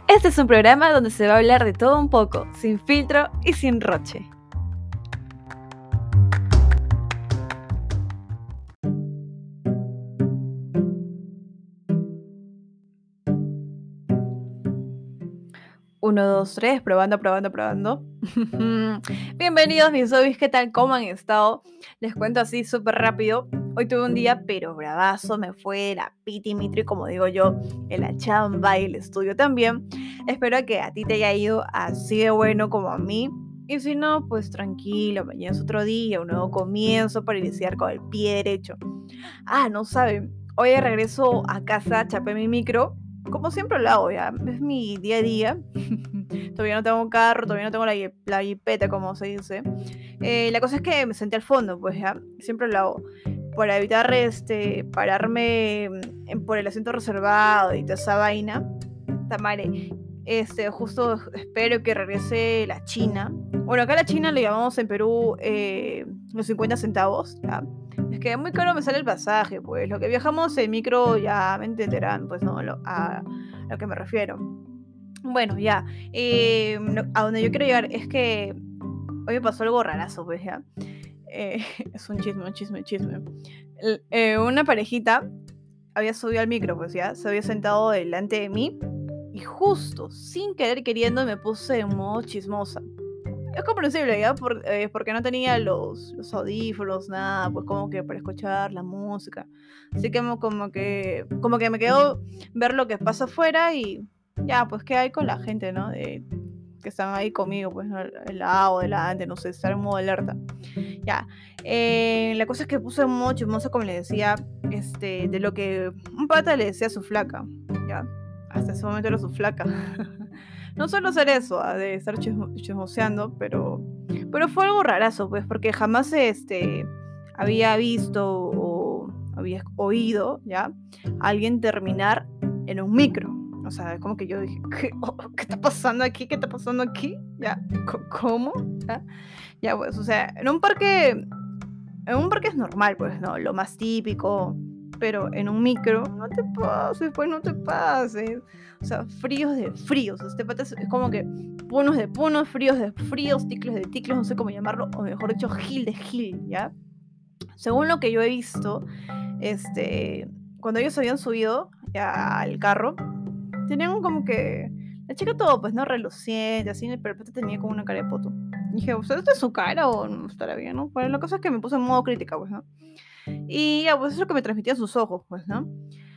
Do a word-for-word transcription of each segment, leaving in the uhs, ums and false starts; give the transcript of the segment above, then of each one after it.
Este es un programa donde se va a hablar de todo un poco, sin filtro y sin roche. Uno, dos, tres, probando, probando, probando. Bienvenidos mis zombies, ¿qué tal? ¿Cómo han estado? Les cuento así súper rápido. Hoy tuve un día pero bravazo, me fue la piti mitri, como digo yo, en la chamba y el estudio también. Espero que a ti te haya ido así de bueno como a mí. Y si no, pues tranquilo, mañana es otro día, un nuevo comienzo para iniciar con el pie derecho. Ah, no saben, hoy de regreso a casa, chapé mi micro, como siempre lo hago, ya, es mi día a día. Todavía no tengo un carro, todavía no tengo la, la jipeta, como se dice. Eh, la cosa es que me senté al fondo, pues ya, siempre lo hago. Para evitar este, pararme en- por el asiento reservado y toda esa vaina. Tamare, este, justo espero que regrese la China. Bueno, acá la China le llamamos en Perú eh, los cincuenta centavos, ¿ya? Es que muy caro me sale el pasaje, pues. Lo que viajamos en micro ya me entenderán, pues, ¿no? Lo, a, a lo que me refiero. Bueno, ya. Eh, a donde yo quiero llegar es que hoy me pasó algo rarazo, pues, ¿ya? Eh, es un chisme, un chisme, un chisme. El, eh, una parejita había subido al micro, pues, ¿ya? Se había sentado delante de mí y justo, sin querer queriendo, me puse en modo chismosa. Es comprensible, ¿ya? Por, eh, porque no tenía los, los audífonos, nada, pues como que para escuchar la música. Así que como, como que como que me quedo ver lo que pasa afuera y ya, pues qué hay con la gente, ¿no? De, que están ahí conmigo, pues, ¿no? El lado, delante, no sé, estar en modo alerta. Ya. Eh, la cosa es que puse en modo chismosa, como le decía, este, de lo que un pata le decía a su flaca, ¿ya? Hasta ese momento era su flaca. No suelo hacer eso, ¿ah? De estar chismo- chismoseando, pero, pero fue algo rarazo, pues, porque jamás este, había visto o había oído, ¿ya? A alguien terminar en un micro. O sea, es como que yo dije, ¿qué, oh, ¿qué está pasando aquí? ¿Qué está pasando aquí? ¿Ya? ¿Cómo? ¿Ya? Ya, pues, o sea, en un parque, en un parque es normal, pues, ¿no? Lo más típico, pero en un micro, no te pases, pues, no te pases. O sea, fríos de fríos. Este pata es, es como que punos de punos, fríos de fríos, ticlos de ticlos, no sé cómo llamarlo, o mejor dicho, gil de gil, ¿ya? Según lo que yo he visto, este, cuando ellos habían subido ya al carro, tenían como que la chica todo, pues, ¿no? Reluciente, así, pero el pata tenía como una cara de poto. Y dije, ¿usted está es su cara o no estará bien, no? Bueno, la cosa es que me puse en modo crítica, pues, ¿no? Y ya, pues, eso es lo que me transmitían sus ojos, pues, ¿no?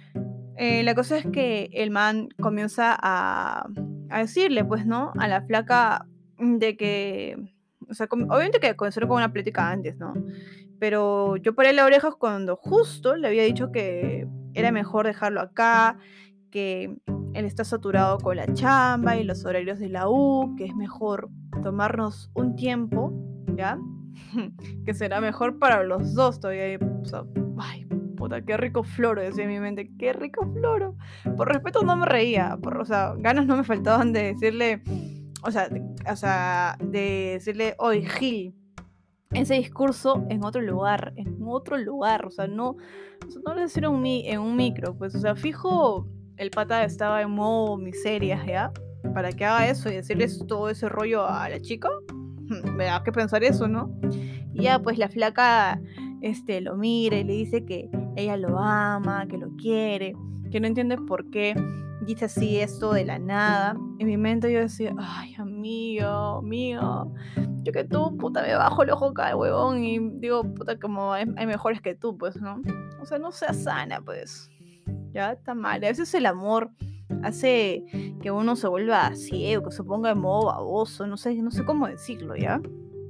Eh, la cosa es que el man comienza a, a decirle, pues, ¿no? A la flaca de que, o sea, com- obviamente que comenzaron con una plática antes, ¿no? Pero yo paré la oreja cuando justo le había dicho que era mejor dejarlo acá, que él está saturado con la chamba y los horarios de la U, que es mejor tomarnos un tiempo, ¿ya? Que será mejor para los dos todavía. O sea, ay, puta, qué rico floro, decía en mi mente, qué rico floro. Por respeto no me reía, por, o sea, ganas no me faltaban de decirle, o sea, de, o sea, de decirle, oye, Gil, ese discurso en otro lugar, en otro lugar, o sea, no, o sea, no lo decir en un, mi, en un micro, pues, o sea, fijo, el pata estaba en modo miseria, ¿ya? Para que haga eso y decirles todo ese rollo a la chica, me da que pensar eso, ¿no? Y ya, pues, la flaca, este, lo mira y le dice que ella lo ama, que lo quiere, que no entiende por qué dice así esto de la nada. En mi mente yo decía, ay, amiga, amiga, yo que tú, puta, me bajo el ojo acá, huevón, y digo, puta, como hay, hay mejores que tú, pues, ¿no? O sea, no seas sana, pues. Ya está mal. A veces el amor hace que uno se vuelva ciego, que se ponga en modo baboso, no sé, no sé cómo decirlo, ¿ya?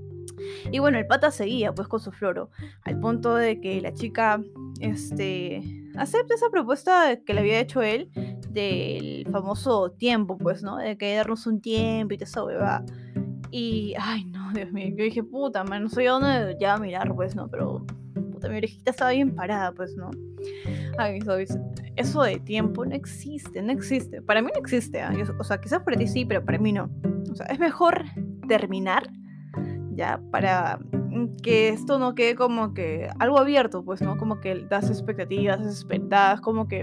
Y bueno, el pata seguía, pues, con su floro, al punto de que la chica, este, acepta esa propuesta que le había hecho él del famoso tiempo, pues, ¿no? De que darnos un tiempo y toda esa huevada. Y, ay, no, Dios mío, yo dije, puta, man, no sé a dónde ya mirar, pues, ¿no? Pero, puta, mi orejita estaba bien parada, pues, ¿no? Ay, mis hobbies, eso de tiempo no existe, no existe. Para mí no existe, ¿eh? Yo- o sea, quizás para ti sí, pero para mí no. O sea, es mejor terminar, ya, para mm, que esto no quede como que algo abierto, pues, ¿no? Como que das expectativas, das, como que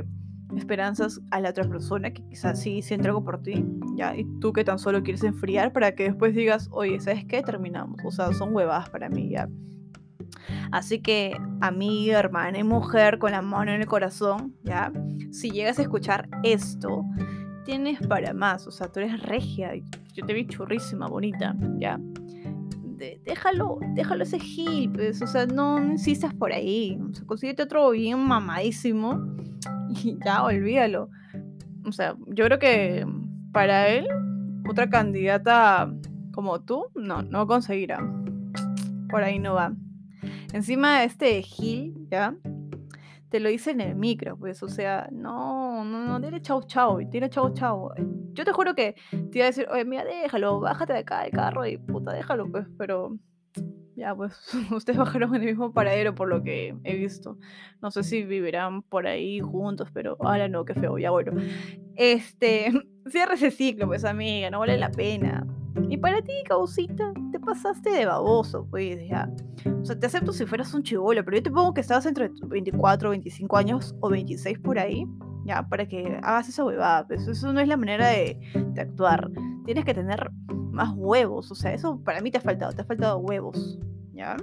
esperanzas a la otra persona que quizás sí siente algo por ti, ¿ya? Y tú que tan solo quieres enfriar para que después digas, oye, ¿sabes qué? Terminamos. O sea, son huevadas para mí, ¿ya? Así que, amiga, hermana y mujer con la mano en el corazón, ¿ya? Si llegas a escuchar esto, tienes para más. O sea, tú eres regia. Y yo te vi churrísima, bonita, ¿ya? De- déjalo, déjalo ese gil, pues. O sea, no, no insistas por ahí. O sea, consíguete otro bien mamadísimo y ya, olvídalo. O sea, yo creo que para él, otra candidata como tú, no, no conseguirá. Por ahí no va. Encima este Gil, ¿ya? Te lo hice en el micro, pues, o sea, no, no, no, dile chau chau, dile chau chau. Yo te juro que te iba a decir, oye, mira, déjalo, bájate de acá del carro y puta, déjalo, pues, pero ya, pues, ustedes bajaron en el mismo paradero por lo que he visto. No sé si vivirán por ahí juntos, pero, ahora no, qué feo, ya bueno. Este, cierra ese ciclo, pues, amiga, no vale la pena. Y para ti, causita, te pasaste de baboso, pues, ya. O sea, te acepto si fueras un chibolo, pero yo te pongo que estabas entre veinticuatro, veinticinco años o veintiséis por ahí, ya, para que hagas esa huevada. Pues eso no es la manera de, de actuar. Tienes que tener más huevos, o sea, eso para mí te ha faltado, te ha faltado huevos, ¿ya?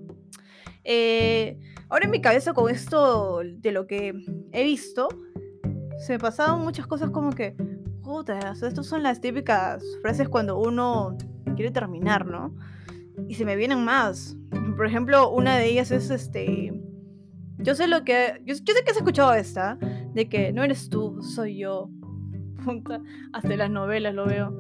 Eh, ahora en mi cabeza con esto de lo que he visto, se me pasaban muchas cosas como que, puta, o sea, estas son las típicas frases cuando uno quiere terminar, ¿no? Y se me vienen más. Por ejemplo, una de ellas es este. Yo sé lo que. Yo, yo sé que has escuchado esta. De que no eres tú, soy yo. Puta, hasta en las novelas lo veo.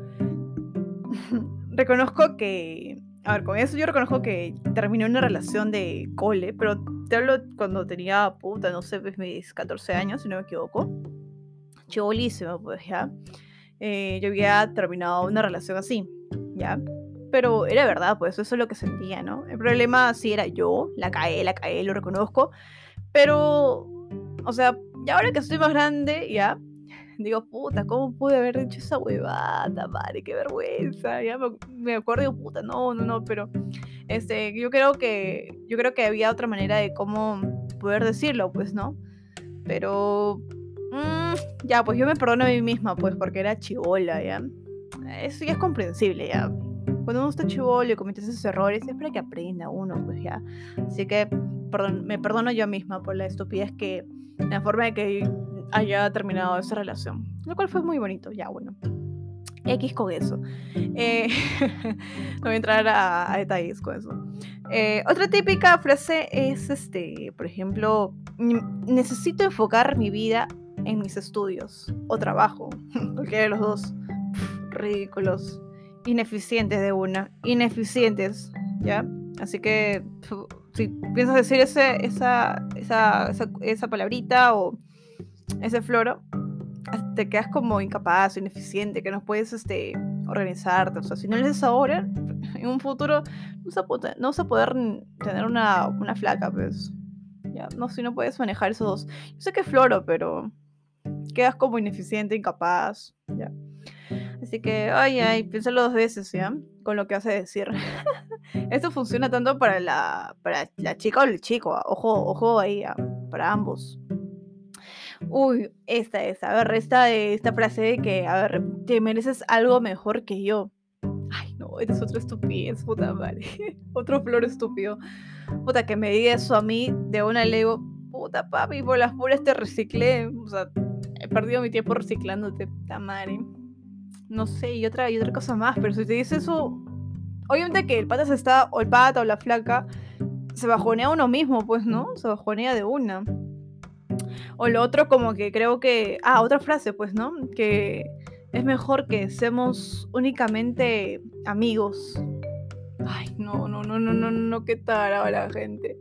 Reconozco que. A ver, con eso yo reconozco que terminé una relación de cole, pero te hablo cuando tenía, puta, no sé, pues mis catorce años, si no me equivoco. Chibolísimo, pues ya. Eh, yo había terminado una relación así, ¿ya? Pero era verdad, pues eso es lo que sentía, ¿no? El problema sí era yo, la caí, la caí, lo reconozco, pero, o sea, ya ahora que estoy más grande, ya, digo, puta, ¿cómo pude haber dicho esa huevada, madre? Qué vergüenza, ya me, me acuerdo y digo, puta, no, no, no, pero, este, yo creo que, yo creo que había otra manera de cómo poder decirlo, pues, ¿no? Pero, mm, ya, pues yo me perdono a mí misma, pues, porque era chivola, ¿ya? Eso ya es comprensible, ya. Cuando uno está chivolo y comete esos errores, es para que aprenda uno, pues, ya. Así que perdón, me perdono yo misma por la estupidez que, la forma de que haya terminado esa relación. Lo cual fue muy bonito, ya, bueno. X con eso. Eh, no voy a entrar a, a detalles con eso. Eh, otra típica frase es, este, por ejemplo, necesito enfocar mi vida en mis estudios o trabajo, cualquiera de los dos. Pff, ridículos, ineficientes de una, ineficientes, ¿ya? Así que pff, si piensas decir ese, esa, esa, esa, esa palabrita o ese floro, te quedas como incapaz, ineficiente, que no puedes este, organizarte. O sea, si no lo haces ahora, en un futuro no vas a poder, no vas a poder tener una, una flaca, pues. Ya, no, si no puedes manejar esos dos. Yo sé que es floro, pero quedas como ineficiente, incapaz, ya. Así que, ay, ay, piénsalo dos veces, ¿ya? Con lo que vas a decir. Esto funciona tanto para la, para la chica o el chico. Ojo, ojo ahí, ¿ah? Para ambos. Uy, esta es, a ver, esta, esta frase de que, a ver, te mereces algo mejor que yo. Ay, no, eres otra estupidez, puta madre. Otro flor estúpido. Puta, que me diga eso a mí, de una le digo, puta papi, por las puras te reciclé. O sea, he perdido mi tiempo reciclándote, puta madre. No sé, y otra, y otra cosa más, pero si te dice eso, obviamente que el pata se está, o el pata o la flaca, se bajonea uno mismo, pues, ¿no? Se bajonea de una. O lo otro como que creo que... Ah, otra frase, pues, ¿no? Que es mejor que seamos únicamente amigos. Ay, no, no, no, no, no, no, qué tarada la gente.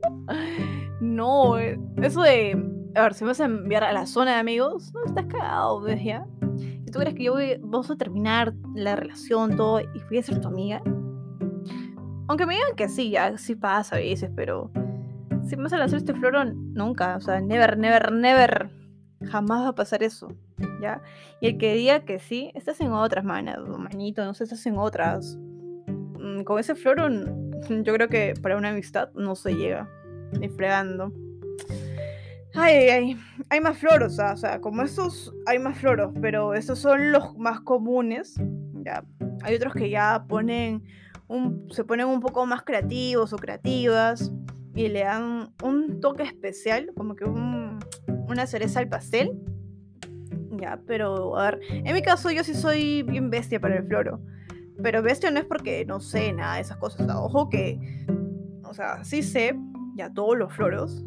No, eh, eso de... A ver, si me vas a enviar a la zona de amigos, no, estás cagado, ¿ves ya? Si tú crees que yo voy, vamos a terminar la relación, todo, y voy a ser tu amiga. Aunque me digan que sí, ya, sí pasa a veces, pero... Si me vas a lanzar este floro, nunca, o sea, never, never, never, jamás va a pasar eso, ¿ya? Y el que diga que sí, estás en otras, manas, manito, no sé, estás en otras. Mm, Con ese floro, yo creo que para una amistad no se llega, ni fregando. Ay, ay, ay, hay más floros, o sea, como estos hay más floros, pero estos son los más comunes, ya. Hay otros que ya ponen un, se ponen un poco más creativos o creativas y le dan un toque especial, como que un- una cereza al pastel, ya, pero a ver, en mi caso yo sí soy bien bestia para el floro, pero bestia no es porque no sé nada de esas cosas, o sea, ojo que, o sea, sí sé ya todos los floros.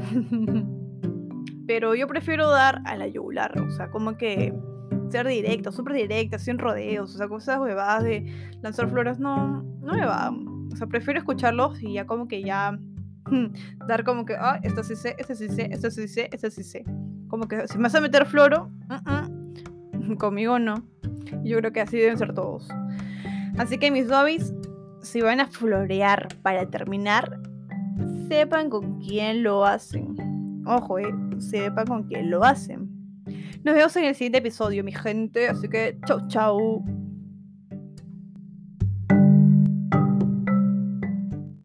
Pero yo prefiero dar a la yugular, o sea, como que ser directa, súper directa, sin rodeos, o sea, cosas huevadas de lanzar flores, no, no me va. O sea, prefiero escucharlos y ya como que ya dar como que, ah, esto sí sé, esto sí sé, esto sí sé, esto sí sé. Como que si me vas a meter floro, uh-uh, conmigo no. Yo creo que así deben ser todos. Así que mis hobbies, si van a florear para terminar, sepan con quién lo hacen. Ojo, eh, sepan con quién lo hacen. Nos vemos en el siguiente episodio, mi gente. Así que, chau, chau.